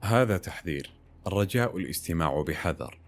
هذا تحذير، الرجاء الاستماع بحذر.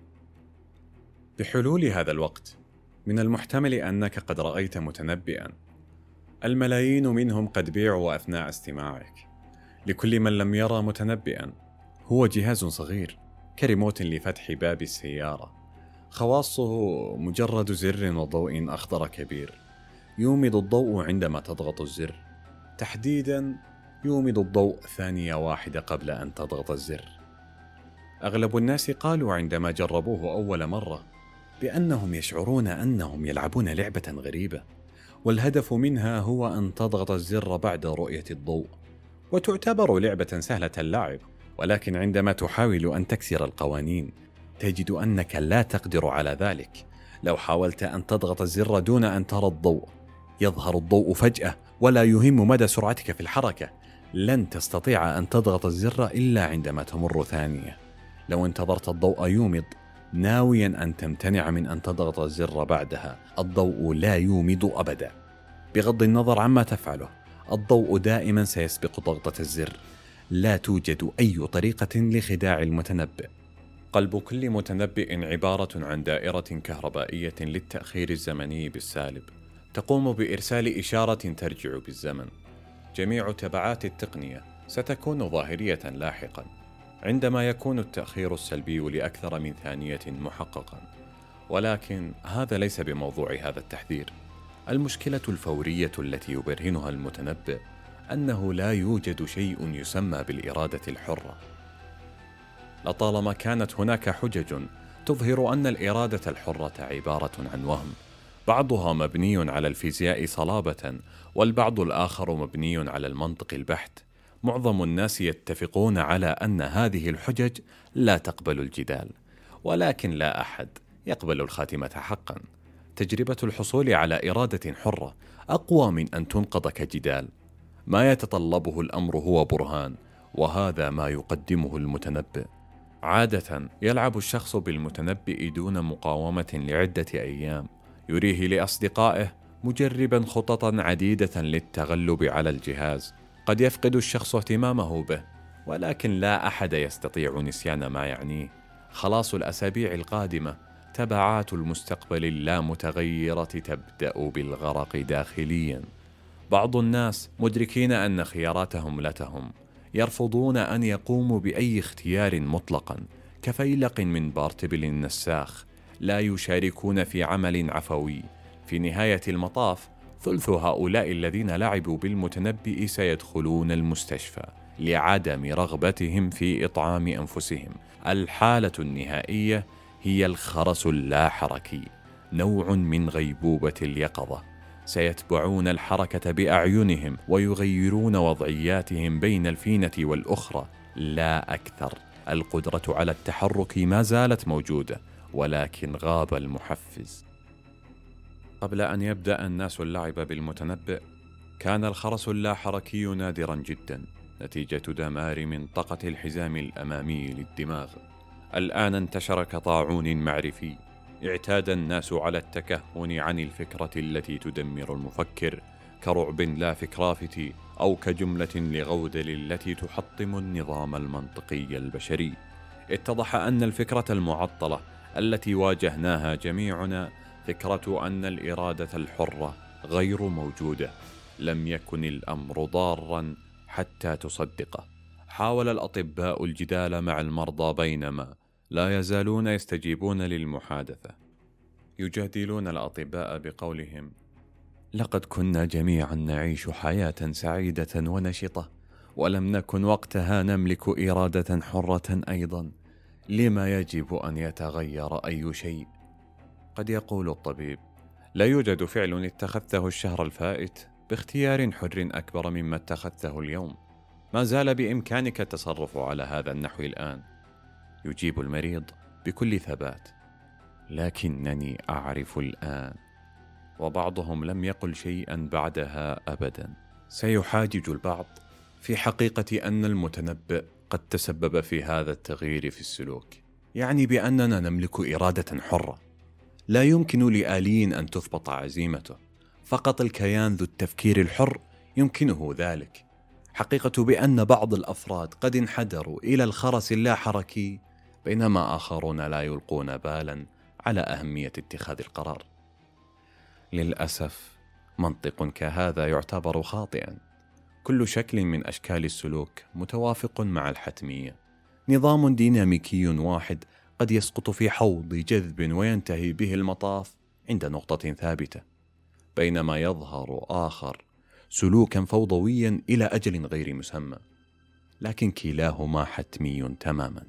بحلول هذا الوقت من المحتمل أنك قد رأيت متنبئا، الملايين منهم قد بيعوا أثناء استماعك. لكل من لم يرى متنبئا، هو جهاز صغير كريموت لفتح باب السيارة، خواصه مجرد زر وضوء أخضر كبير يومض الضوء عندما تضغط الزر، تحديدا يومض الضوء ثانية واحدة قبل أن تضغط الزر. أغلب الناس قالوا عندما جربوه أول مرة بأنهم يشعرون أنهم يلعبون لعبة غريبة، والهدف منها هو أن تضغط الزر بعد رؤية الضوء، وتعتبر لعبة سهلة اللعب. ولكن عندما تحاول أن تكسر القوانين تجد أنك لا تقدر على ذلك. لو حاولت أن تضغط الزر دون أن ترى الضوء، يظهر الضوء فجأة ولا يهم مدى سرعتك في الحركة. لن تستطيع أن تضغط الزر إلا عندما تمر ثانية. لو انتظرت الضوء يومض ناويا أن تمتنع من أن تضغط الزر بعدها، الضوء لا يومض أبدا. بغض النظر عما تفعله، الضوء دائما سيسبق ضغطة الزر. لا توجد أي طريقة لخداع المتنبئ. قلب كل متنبئ عبارة عن دائرة كهربائية للتأخير الزمني بالسالب، تقوم بإرسال إشارة ترجع بالزمن. جميع تبعات التقنية ستكون ظاهرية لاحقا عندما يكون التأخير السلبي لأكثر من ثانية محققا. ولكن هذا ليس بموضوع هذا التحذير. المشكلة الفورية التي يبرهنها المتنبئ أنه لا يوجد شيء يسمى بالإرادة الحرة. لطالما كانت هناك حجج تظهر أن الإرادة الحرة عبارة عن وهم، بعضها مبني على الفيزياء صلابة والبعض الآخر مبني على المنطق البحت. معظم الناس يتفقون على أن هذه الحجج لا تقبل الجدال، ولكن لا أحد يقبل الخاتمة حقا. تجربة الحصول على إرادة حرة أقوى من أن تنقض كجدال. ما يتطلبه الأمر هو برهان، وهذا ما يقدمه المتنبئ. عادة يلعب الشخص بالمتنبئ دون مقاومة لعدة أيام، يريه لأصدقائه مجربا خططا عديدة للتغلب على الجهاز. قد يفقد الشخص اهتمامه به، ولكن لا أحد يستطيع نسيان ما يعنيه. خلاص الأسابيع القادمة، تبعات المستقبل اللامتغيرة تبدأ بالغرق داخليا. بعض الناس مدركين أن خياراتهم لتهم، يرفضون أن يقوموا بأي اختيار مطلقا، كفيلق من بارتبل النساخ. لا يشاركون في عمل عفوي. في نهاية المطاف، ثلث هؤلاء الذين لعبوا بالمتنبئ سيدخلون المستشفى لعدم رغبتهم في إطعام أنفسهم. الحالة النهائية هي الخرس اللاحركي، نوع من غيبوبة اليقظة. سيتبعون الحركة بأعينهم ويغيرون وضعياتهم بين الفينة والأخرى، لا أكثر. القدرة على التحرك ما زالت موجودة، ولكن غاب المحفز. قبل أن يبدأ الناس اللعب بالمتنبئ، كان الخرس اللاحركي نادرا جدا نتيجة دمار منطقة الحزام الأمامي للدماغ. الآن انتشر كطاعون معرفي. اعتاد الناس على التكهن عن الفكرة التي تدمر المفكر، كرعب لا فكرافتي أو كجملة لغودل التي تحطم النظام المنطقي البشري. اتضح أن الفكرة المعطلة التي واجهناها جميعنا، فكرة أن الإرادة الحرة غير موجودة. لم يكن الأمر ضارا حتى تصدقه. حاول الأطباء الجدال مع المرضى، بينما لا يزالون يستجيبون للمحادثة. يجادلون الأطباء بقولهم: لقد كنا جميعا نعيش حياة سعيدة ونشطة، ولم نكن وقتها نملك إرادة حرة أيضا. لما يجب أن يتغير أي شيء؟ قد يقول الطبيب: لا يوجد فعل اتخذته الشهر الفائت باختيار حر أكبر مما اتخذته اليوم. ما زال بإمكانك التصرف على هذا النحو الآن. يجيب المريض بكل ثبات: لكنني أعرف الآن. وبعضهم لم يقل شيئا بعدها أبدا. سيحاجج البعض في حقيقة أن المتنبئ قد تسبب في هذا التغيير في السلوك، يعني بأننا نملك إرادة حرة. لا يمكن لآلي أن تثبط عزيمته، فقط الكيان ذو التفكير الحر يمكنه ذلك. حقيقة بأن بعض الأفراد قد انحدروا إلى الخرس اللاحركي، بينما آخرون لا يلقون بالا على أهمية اتخاذ القرار. للأسف منطق كهذا يعتبر خاطئا. كل شكل من أشكال السلوك متوافق مع الحتمية. نظام ديناميكي واحد قد يسقط في حوض جذب وينتهي به المطاف عند نقطة ثابتة، بينما يظهر آخر سلوكا فوضويا إلى أجل غير مسمى، لكن كلاهما حتمي تماما.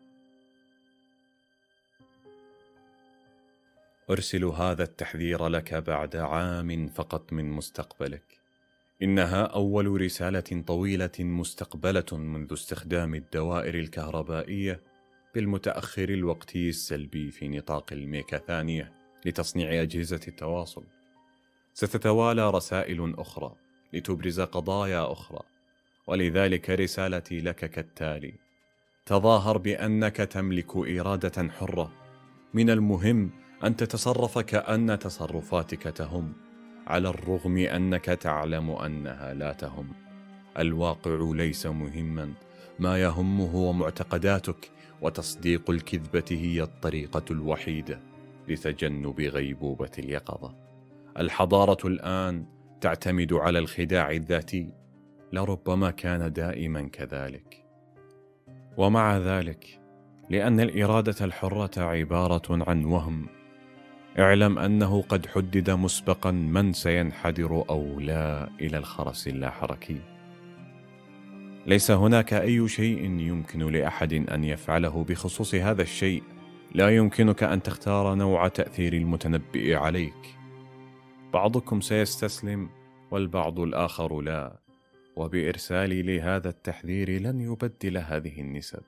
أرسل هذا التحذير لك بعد عام فقط من مستقبلك. إنها أول رسالة طويلة مستقبلة منذ استخدام الدوائر الكهربائية بالمتأخر الوقتي السلبي في نطاق الميكاثانية لتصنيع أجهزة التواصل. ستتوالى رسائل أخرى لتبرز قضايا أخرى، ولذلك رسالتي لك كالتالي: تظاهر بأنك تملك إرادة حرة. من المهم أن تتصرف كأن تصرفاتك تهم، على الرغم أنك تعلم أنها لا تهم. الواقع ليس مهما، ما يهم هو معتقداتك، وتصديق الكذبة هي الطريقة الوحيدة لتجنب غيبوبة اليقظة. الحضارة الآن تعتمد على الخداع الذاتي، لربما كان دائما كذلك. ومع ذلك، لأن الإرادة الحرة عبارة عن وهم، اعلم أنه قد حدد مسبقا من سينحدر أو لا إلى الخرس اللاحركي. ليس هناك أي شيء يمكن لأحد أن يفعله بخصوص هذا الشيء. لا يمكنك أن تختار نوع تأثير المتنبئ عليك. بعضكم سيستسلم والبعض الآخر لا، وبإرسالي لهذا التحذير لن يبدل هذه النسب.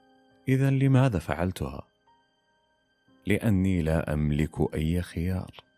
إذن لماذا فعلتها؟ لأني لا أملك أي خيار.